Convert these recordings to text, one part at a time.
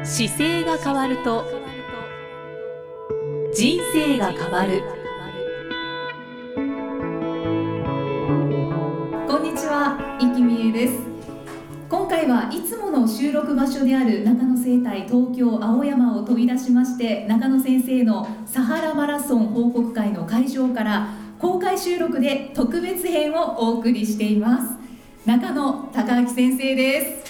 姿勢が変わると人生が変わる。 こんにちは、生きみえです。今回はいつもの収録場所である中野生態東京青山を飛び出しまして、中野先生のサハラマラソン報告会の会場から公開収録で特別編をお送りしています。中野孝明先生です。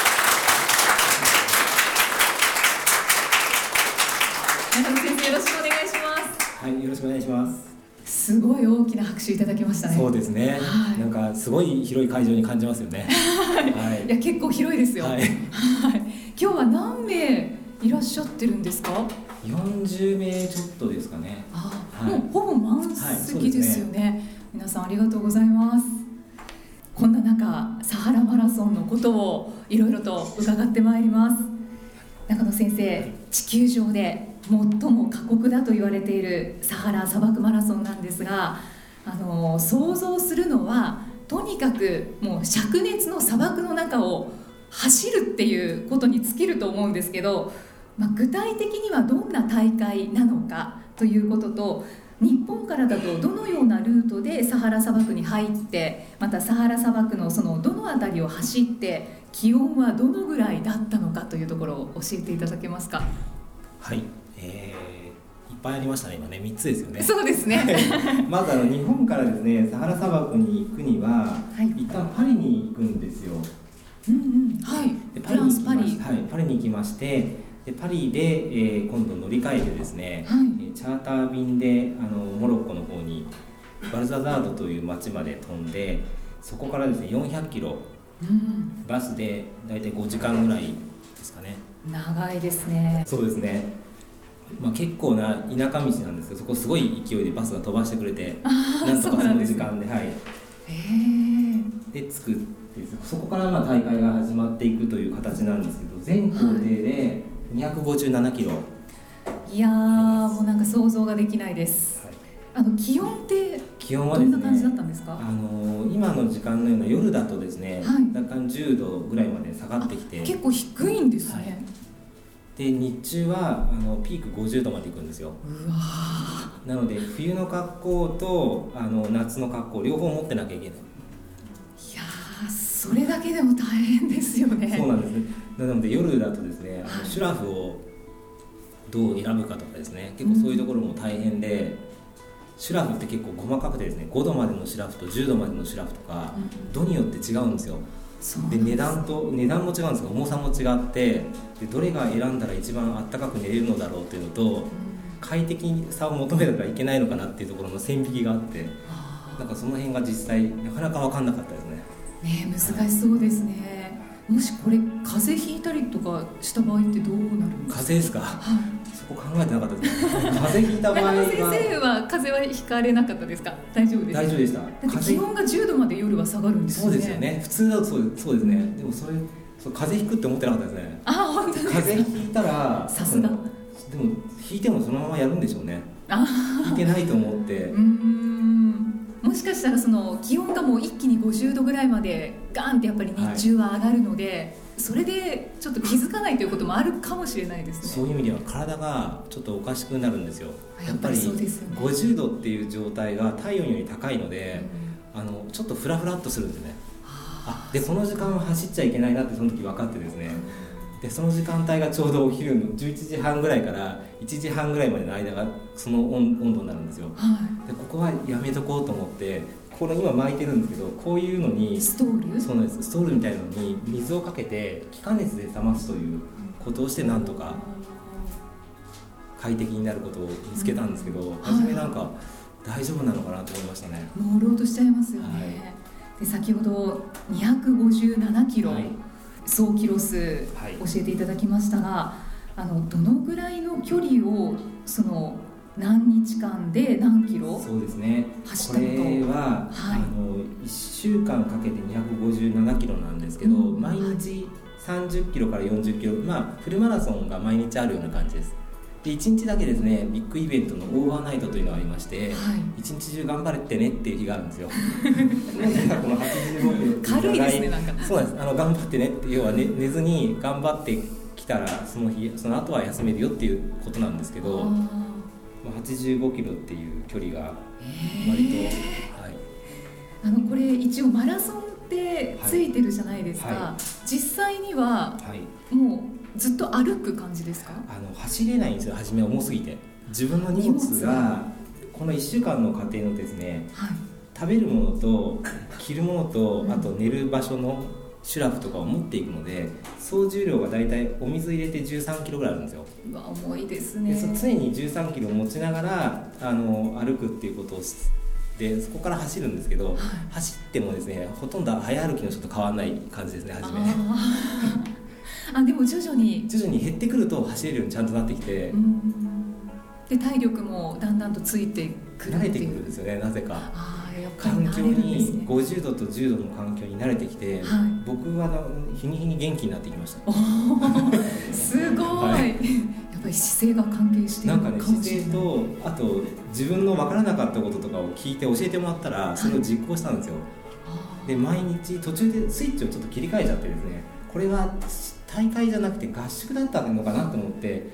中野先生、よろしくお願いします。 はい、よろしくお願いします。 すごい大きな拍手いただきましたね。 そうですね、 はい、 なんかすごい広い会場に感じますよね。 はい、いや結構広いですよ。はい、今日は何名いらっしゃってるんですか ？40名ちょっとですかね。 はい、もうほぼ満席ですよね。皆さんありがとうございます。こんな中、サハラマラソンのことをいろいろと伺ってまいります。中野先生、地球上で最も過酷だと言われているサハラ砂漠マラソンなんですが、想像するのはとにかくもう灼熱の砂漠の中を走るっていうことに尽きると思うんですけど、具体的にはどんな大会なのかということと、日本からだとどのようなルートでサハラ砂漠に入って、またサハラ砂漠のそのどのあたりを走って気温はどのぐらいだったのかというところを教えていただけますか？ はい、いっぱいありましたね。今ね、3つですよね。 そうですね。 まず日本からですね、サハラ砂漠に行くには、一旦パリに行くんですよ。 はい。 でフランスパリ。 はい、パリに行きまして、でパリで、今度乗り換えてですね、チャーター便でモロッコの方にバルザザードという町まで飛んで、そこからですね400キロ、バスでだいたい5時間ぐらいですかね。 長いですね。 そうですね、結構な田舎道なんですけど、そこすごい勢いでバスが飛ばしてくれて、なんとかその時間で、で着くって、そこから大会が始まっていくという形なんですけど、全行程で257キロ。 いやー、もうなんか想像ができないです。気温ってどんな感じだったんですか？ 今の時間のような夜だとですね、若干10度ぐらいまで下がってきて、 結構低いんですね。 で日中はピーク50度までいくんですよ。 うわー。 なので冬の格好と夏の格好両方持ってなきゃいけない。いやー、それだけでも大変ですよね。 そうなんですね。なので夜だとですね、シュラフをどう選ぶかとかですね、結構そういうところも大変で、シュラフって結構細かくてですね、5度までのシュラフと10度までのシュラフとか、度によって違うんですよ。で値段も違うんですが、重さも違って、でどれが選んだら一番あったかく寝れるのだろうというのと、快適さを求めなきゃいけないのかなっていうところの線引きがあって、なんかその辺が実際なかなか分かんなかったですね。 難しそうですね。もしこれ風邪ひいたりとかした場合ってどうなるんですか？ 風邪ですか？そこ考えてなかったですね。風邪ひいた場合は先生は風邪はひかれなかったですか？大丈夫ですか？ 大丈夫でした。 だって気温が10度まで夜は下がるんですよね。 そうですよね。普通だとそうですね。でも風邪ひくって思ってなかったですね。 本当ですか？ 風邪ひいたらさすが。でもひいてもそのままやるんでしょうね。ひいてないと思って。 もしかしたらその気温がもう一気に50度ぐらいまでガーンってやっぱり日中は上がるので、それでちょっと気づかないということもあるかもしれないですね。 そういう意味では体がちょっとおかしくなるんですよ。 やっぱりそうですよね。 50度っていう状態が体温より高いので、ちょっとフラフラっとするんですね。でこの時間は走っちゃいけないなってその時分かってですね、でその時間帯がちょうどお昼の11時半ぐらいから1時半ぐらいまでの間がその温度になるんですよ。でここはやめとこうと思って、これ今巻いてるんですけど、こういうのにストール？ そうなんです。ストールみたいなのに水をかけて気化熱で冷ますということをして、なんとか快適になることを見つけたんですけど、初めなんか大丈夫なのかなと思いましたね。 朦朧としちゃいますよね。で先ほど257キロ、総キロ数教えていただきましたが、どのぐらいの距離をその何日間で何キロそうですね、 走ったのと、 これは、1週間かけて257キロなんですけど、毎日30キロから40キロ、フルマラソンが毎日あるような感じです。で1日だけですね、ビッグイベントのオーバーナイトというのがありまして、一日中頑張れてねっていう日があるんですよ。なんかこの85キロ軽いですね。なんかそうなんです。頑張ってねって、要は、寝ずに頑張って来たらその後は休めるよっていうことなんですけど、85キロっていう距離が割と、 これ一応マラソンってついてるじゃないですか、実際にはもうずっと歩く感じですか？ 走れないんですよ、初め重すぎて。自分の荷物がこの1週間の過程のですね、食べるものと着るものと、あと寝る場所のシュラフとかを持っていくので、総重量がだいたいお水入れて13キロぐらいあるんですよ。 うわ、重いですね。 で常に13キロ持ちながら歩くっていうことをで、そこから走るんですけど、走ってもですね、ほとんど早歩きの人と変わらない感じですね、初め。 でも徐々に減ってくると走れるようにちゃんとなってきて、 で体力もだんだんとついてくる慣れてくるんですよね、なぜか。 やっぱり環境に50度と10度の環境に慣れてきて、僕は日に日に元気になってきました。 すごい、やっぱり姿勢が関係しているのかもしれない。 姿勢と、あと自分の分からなかったこととかを聞いて教えてもらったら、それを実行したんですよ。で毎日途中でスイッチをちょっと切り替えちゃってですね、これは大会じゃなくて合宿だったのかなと思って、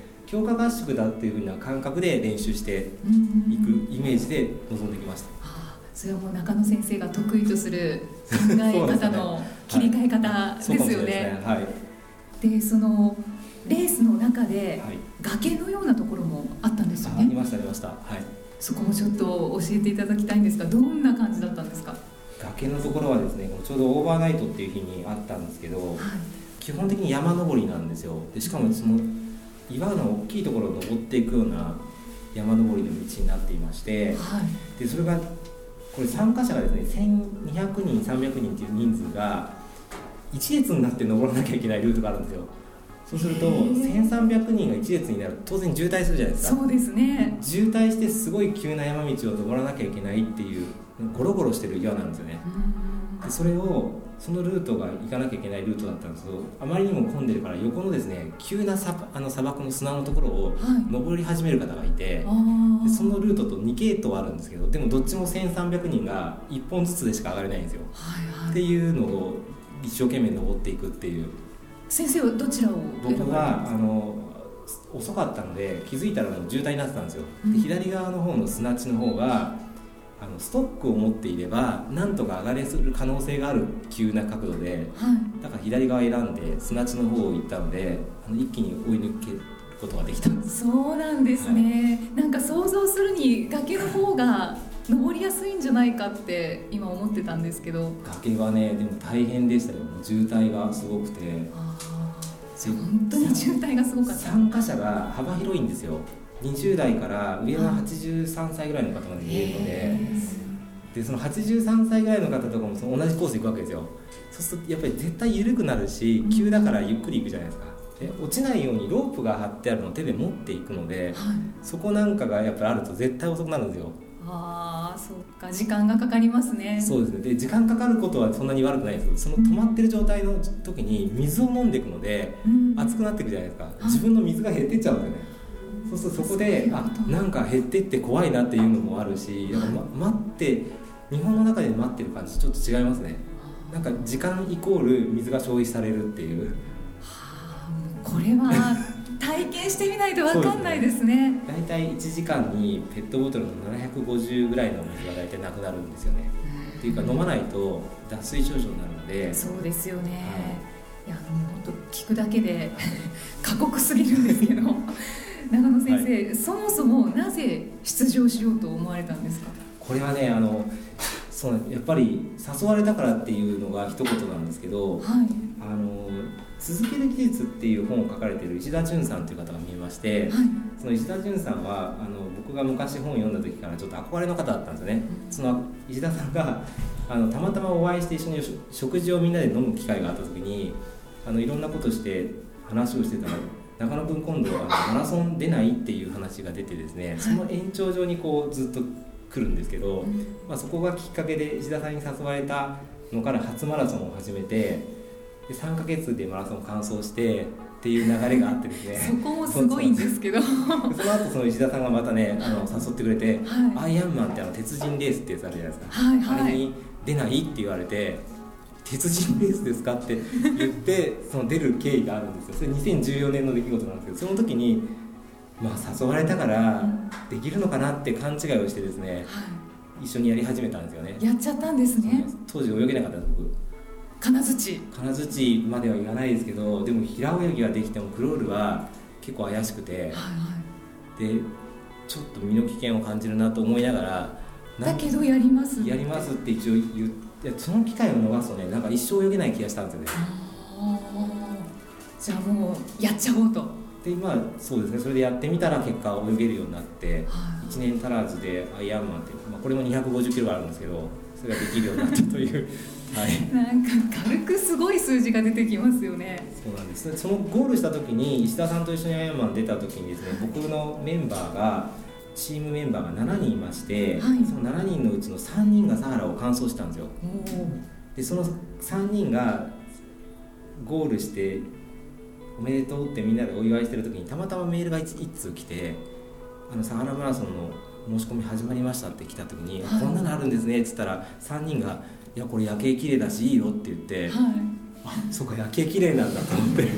強化合宿だっていう風な感覚で練習していくイメージで臨んできました。 それはもう中野先生が得意とする考え方の切り替え方ですよね。でそのレースの中で崖のようなところもあったんですよね。 ありました。 そこもちょっと教えていただきたいんですが、どんな感じだったんですか？ 崖のところはですね、ちょうどオーバーナイトっていう日にあったんですけど、基本的に山登りなんですよ。でしかもその岩の大きいところを登っていくような山登りの道になっていまして、でそれがこれ参加者がですね、1200人300人っていう人数が一列になって登らなきゃいけないルートがあるんですよ。そうすると1300人が一列になると当然渋滞するじゃないですか。 そうですね。 渋滞してすごい急な山道を登らなきゃいけないっていうゴロゴロしてる岩なんですよね。でそのルートが行かなきゃいけないルートだったんですけど、あまりにも混んでるから横のですね、急な砂漠の砂のところを登り始める方がいて、でそのルートと2系統あるんですけど、でもどっちも1300人が1本ずつでしか上がれないんですよ、っていうのを一生懸命登っていくっていう。 先生はどちらを選ばれたんですか？ 僕は遅かったので気づいたらもう渋滞になってたんですよ。で左側の方の砂地の方がストックを持っていればなんとか上がれする可能性がある急な角度で、だから左側選んで砂地の方を行ったので、一気に追い抜けることができたんです。 そうなんですね、なんか想像するに崖の方が登りやすいんじゃないかって今思ってたんですけど、 崖はねでも大変でしたよ。渋滞がすごくて、 本当に渋滞がすごかった。 参加者が幅広いんですよ。20代から上は83歳ぐらいの方まで見えるので、その83歳ぐらいの方とかもその同じコース行くわけですよ。そうするとやっぱり絶対緩くなるし、急だからゆっくり行くじゃないですか。で落ちないようにロープが張ってあるのを手で持っていくので、そこなんかがやっぱりあると絶対遅くなるんですよ。 そっか、時間がかかりますね。 そうですね。で時間かかることはそんなに悪くないですけど、その止まってる状態の時に水を飲んでいくので、熱くなっていくじゃないですか。自分の水が減っていっちゃうんですよね。そうするとそこでなんか減っていって怖いなっていうのもあるし、待って日本の中で待ってる感じちょっと違いますね。なんか時間イコール水が消費されるっていう。 これは体験してみないと分かんないですね。 だいたい1時間にペットボトルの750ぐらいの水がだいたいなくなるんですよね。っていうか飲まないと脱水症状になるので。 そうですよね、いや本当聞くだけで過酷すぎるんですけど長野先生、そもそもなぜ出場しようと思われたんですか？ これはねやっぱり誘われたからっていうのが一言なんですけど、続ける技術っていう本を書かれている石田純さんという方が見えまして、その石田純さんは僕が昔本を読んだ時からちょっと憧れの方だったんですよね。その石田さんがたまたまお会いして一緒に食事をみんなで飲む機会があった時にいろんなことして話をしてたら、中野君今度はマラソン出ないっていう話が出てですね、その延長上にこうずっと来るんですけど、そこがきっかけで石田さんに誘われたのから初マラソンを始めて、で3ヶ月でマラソン完走してっていう流れがあってですねそこもすごいんですけどその後その石田さんがまたね誘ってくれて、アイアンマンって鉄人レースってやつあるじゃないですか、あれに出ないって言われて、 鉄人レースですかって言ってその出る経緯があるんですよ。それ2014年の出来事なんですけど、その時に、誘われたからできるのかなって勘違いをしてですね、一緒にやり始めたんですよね。 やっちゃったんですね。 当時泳げなかったんです僕。 金槌までは言わないですけど、でも平泳ぎはできてもクロールは結構怪しくて、でちょっと身の危険を感じるなと思いながら、 だけどやりますって一応言って、その機会を逃すとね、なんか一生泳げない気がしたんですよね。 じゃあもうやっちゃおうと。 でそうですね、それでやってみたら結果泳げるようになって、1年足らずでアイアンマンって、これも250キロあるんですけど、それができるようになったというなんか軽くすごい数字が出てきますよね。 そうなんです。そのゴールした時に石田さんと一緒にアイアンマン出た時にですね、僕のチームメンバーが7人いまして、その7人のうちの3人がサハラを完走したんですよ。でその3人がゴールしておめでとうってみんなでお祝いしてる時に、たまたまメールが1通来て、サハラマラソンの申し込み始まりましたって来た時に、こんなのあるんですねって言ったら、3人がいやこれ夜景綺麗だしいいよって言って、そうか夜景綺麗なんだと思って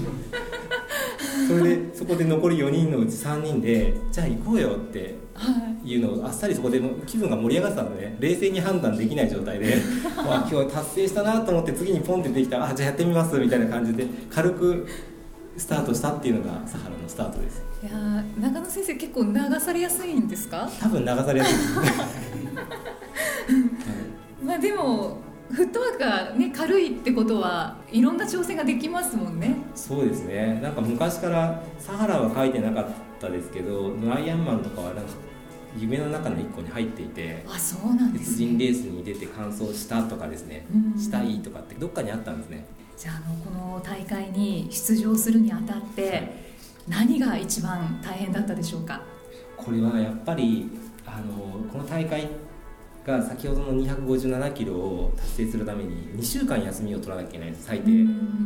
そこで残り4人のうち3人でじゃあ行こうよっていうのをあっさりそこで気分が盛り上がってたので、冷静に判断できない状態で今日達成したなと思って次にポンってできたら、じゃあやってみますみたいな感じで軽くスタートしたっていうのがサハラのスタートです。 いや中野先生結構流されやすいんですか？ 多分流されやすいですでもフットワークが、軽いってことはいろんな挑戦ができますもんね。 そうですね。なんか昔からサハラは書いてなかったですけど、アイアンマンとかはなんか夢の中の一個に入っていて、 そうなんですね。 鉄人レースに出て完走したとかですね、したいとかってどっかにあったんですね。 じゃあこの大会に出場するにあたって、何が一番大変だったでしょうか？ これはやっぱりこの大会が先ほどの257キロを達成するために2週間休みを取らなきゃいけないんです、最低。で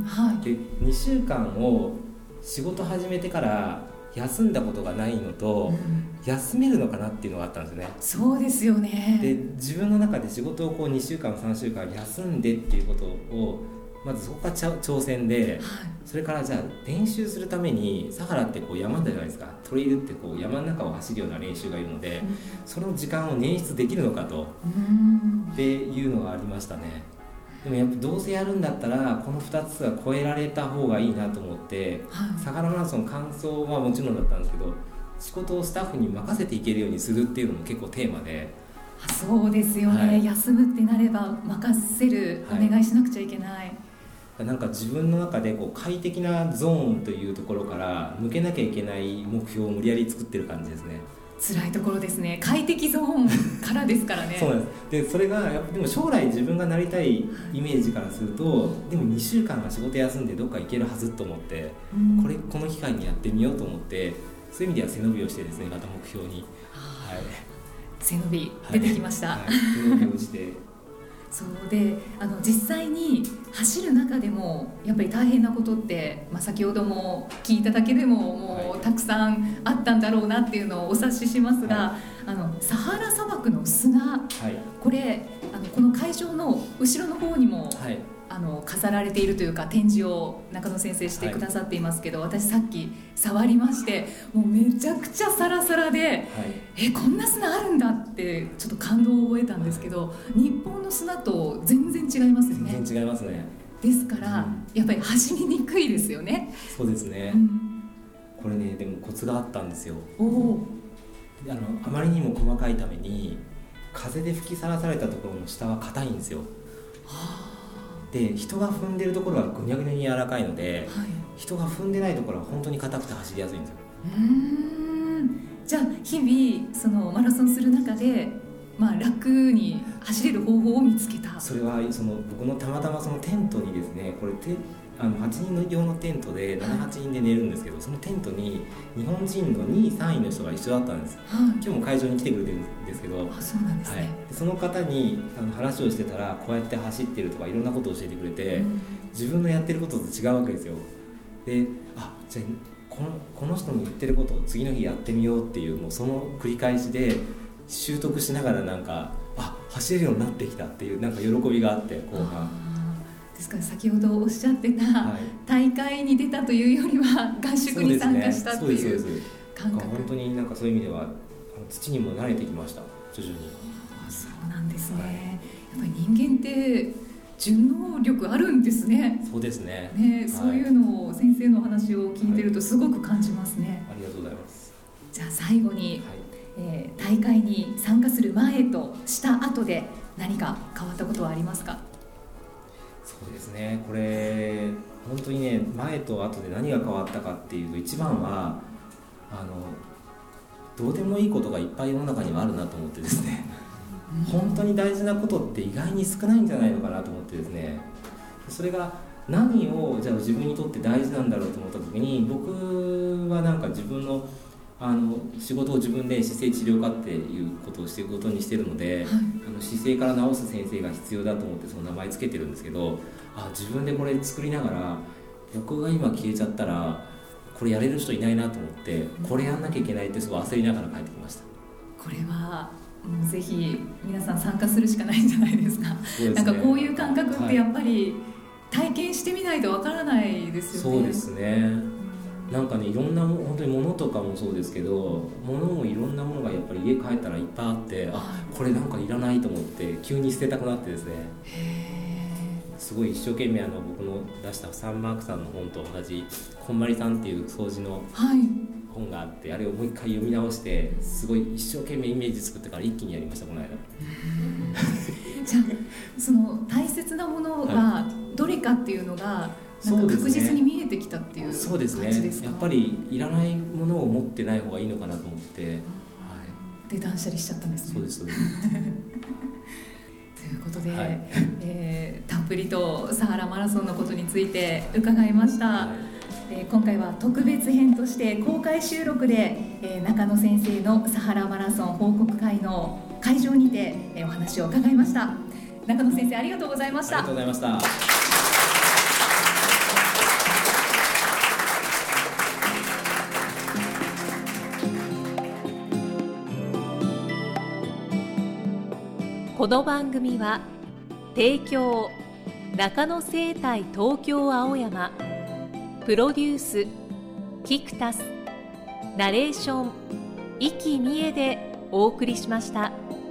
2週間を仕事始めてから休んだことがないのと、休めるのかなっていうのがあったんですよね。 そうですよね。 で自分の中で仕事を2週間3週間休んでっていうことをまずそこから挑戦で、それからじゃあ練習するためにサハラって山じゃないですか。トレイルって山の中を走るような練習がいるので、その時間を捻出できるのかとっていうのがありましたね。でもやっぱどうせやるんだったらこの2つは超えられた方がいいなと思って、サハラマラソン完走はもちろんだったんですけど、仕事をスタッフに任せていけるようにするっていうのも結構テーマで。 そうですよね、休むってなれば任せる、お願いしなくちゃいけない。 なんか自分の中で快適なゾーンというところから抜けなきゃいけない目標を無理やり作ってる感じですね。 辛いところですね。快適ゾーンからですからね。 そうなんです。でそれがでも将来自分がなりたいイメージからすると、でも2週間は仕事休んでどっか行けるはずと思って、この機会にやってみようと思って、そういう意味では背伸びをしてですね、また目標に、 背伸び出てきました。 背伸びをしてそうで実際に走る中でもやっぱり大変なことって、先ほども聞いただけでももうたくさんあったんだろうなっていうのをお察ししますが、サハラ砂漠の砂、これこの会場の後ろの方にも、飾られているというか展示を中野先生してくださっていますけど、私さっき触りまして、もうめちゃくちゃサラサラで、こんな砂あるんだってちょっと感動を覚えたんですけど、日本の砂と全然違いますよね。 全然違いますね。 ですから、やっぱり走りにくいですよね。 そうですね、これねでもコツがあったんですよ。あまりにも細かいために風で吹きさらされたところの下は硬いんですよ。で人が踏んでるところはぐにゃぐにゃに柔らかいので、人が踏んでないところは本当に硬くて走りやすいんですよ。 じゃあ日々そのマラソンする中で、楽に走れる方法を見つけた。 それは僕のたまたまそのテントにですね、これ8人用のテントで 7,8 人で寝るんですけど、そのテントに日本人の2位3位の人が一緒だったんです。今日も会場に来てくれてるんですけど、 そうなんですね。 その方に話をしてたら、こうやって走ってるとかいろんなことを教えてくれて、自分のやってることと違うわけですよ。でじゃあこの人の言ってることを次の日やってみようっていう、もうその繰り返しで習得しながら走れるようになってきたっていう喜びがあって、後半ですから先ほどおっしゃってた、 はい、 大会に出たというよりは合宿に参加したっていう感覚。 本当になんかそういう意味では土にも慣れてきました、徐々に。 そうなんですね、 はい、 やっぱり人間って順応力あるんですね。 そうですね。 そういうのを先生の話を聞いてるとすごく感じますね。 ありがとうございます。 じゃあ最後に、大会に参加する前とした後で何か変わったことはありますか？ そうですね、これ本当にね、前と後で何が変わったかっていうと、一番はどうでもいいことがいっぱい世の中にはあるなと思ってですね本当に大事なことって意外に少ないんじゃないのかなと思ってですね、それが何をじゃあ自分にとって大事なんだろうと思った時に、僕はなんか自分の仕事を自分で姿勢治療科っていうことをしていくことにしているので、姿勢から治す先生が必要だと思ってその名前つけてるんですけど、自分でこれ作りながら僕が今消えちゃったらこれやれる人いないなと思って、これやんなきゃいけないってすごい焦りながら帰ってきました。 これはもうぜひ皆さん参加するしかないんじゃないですか。 そうですね、 なんかこういう感覚ってやっぱり体験してみないとわからないですよね。 そうですね、なんかね、いろんな本当に物とかもそうですけど、物もいろんなものがやっぱり家帰ったらいっぱいあって、これなんかいらないと思って急に捨てたくなってですね、すごい一生懸命僕の出したサンマークさんの本と同じこんまりさんっていう掃除の本があって、あれをもう一回読み直して、すごい一生懸命イメージ作ってから一気にやりました、この間。 じゃあその大切なものがどれかっていうのがなんか確実に見えてきたっていう感じですか？ そうですね、やっぱりいらないものを持ってない方がいいのかなと思って、 で断捨離しちゃったんですね。 そうですそうですということで、たっぷりとサハラマラソンのことについて伺いました。今回は特別編として公開収録で、中野先生のサハラマラソン報告会の会場にて、お話を伺いました。中野先生、ありがとうございました。 ありがとうございました。 この番組は提供中野生態東京青山、プロデュースキクタス、ナレーション生きみえでお送りしました。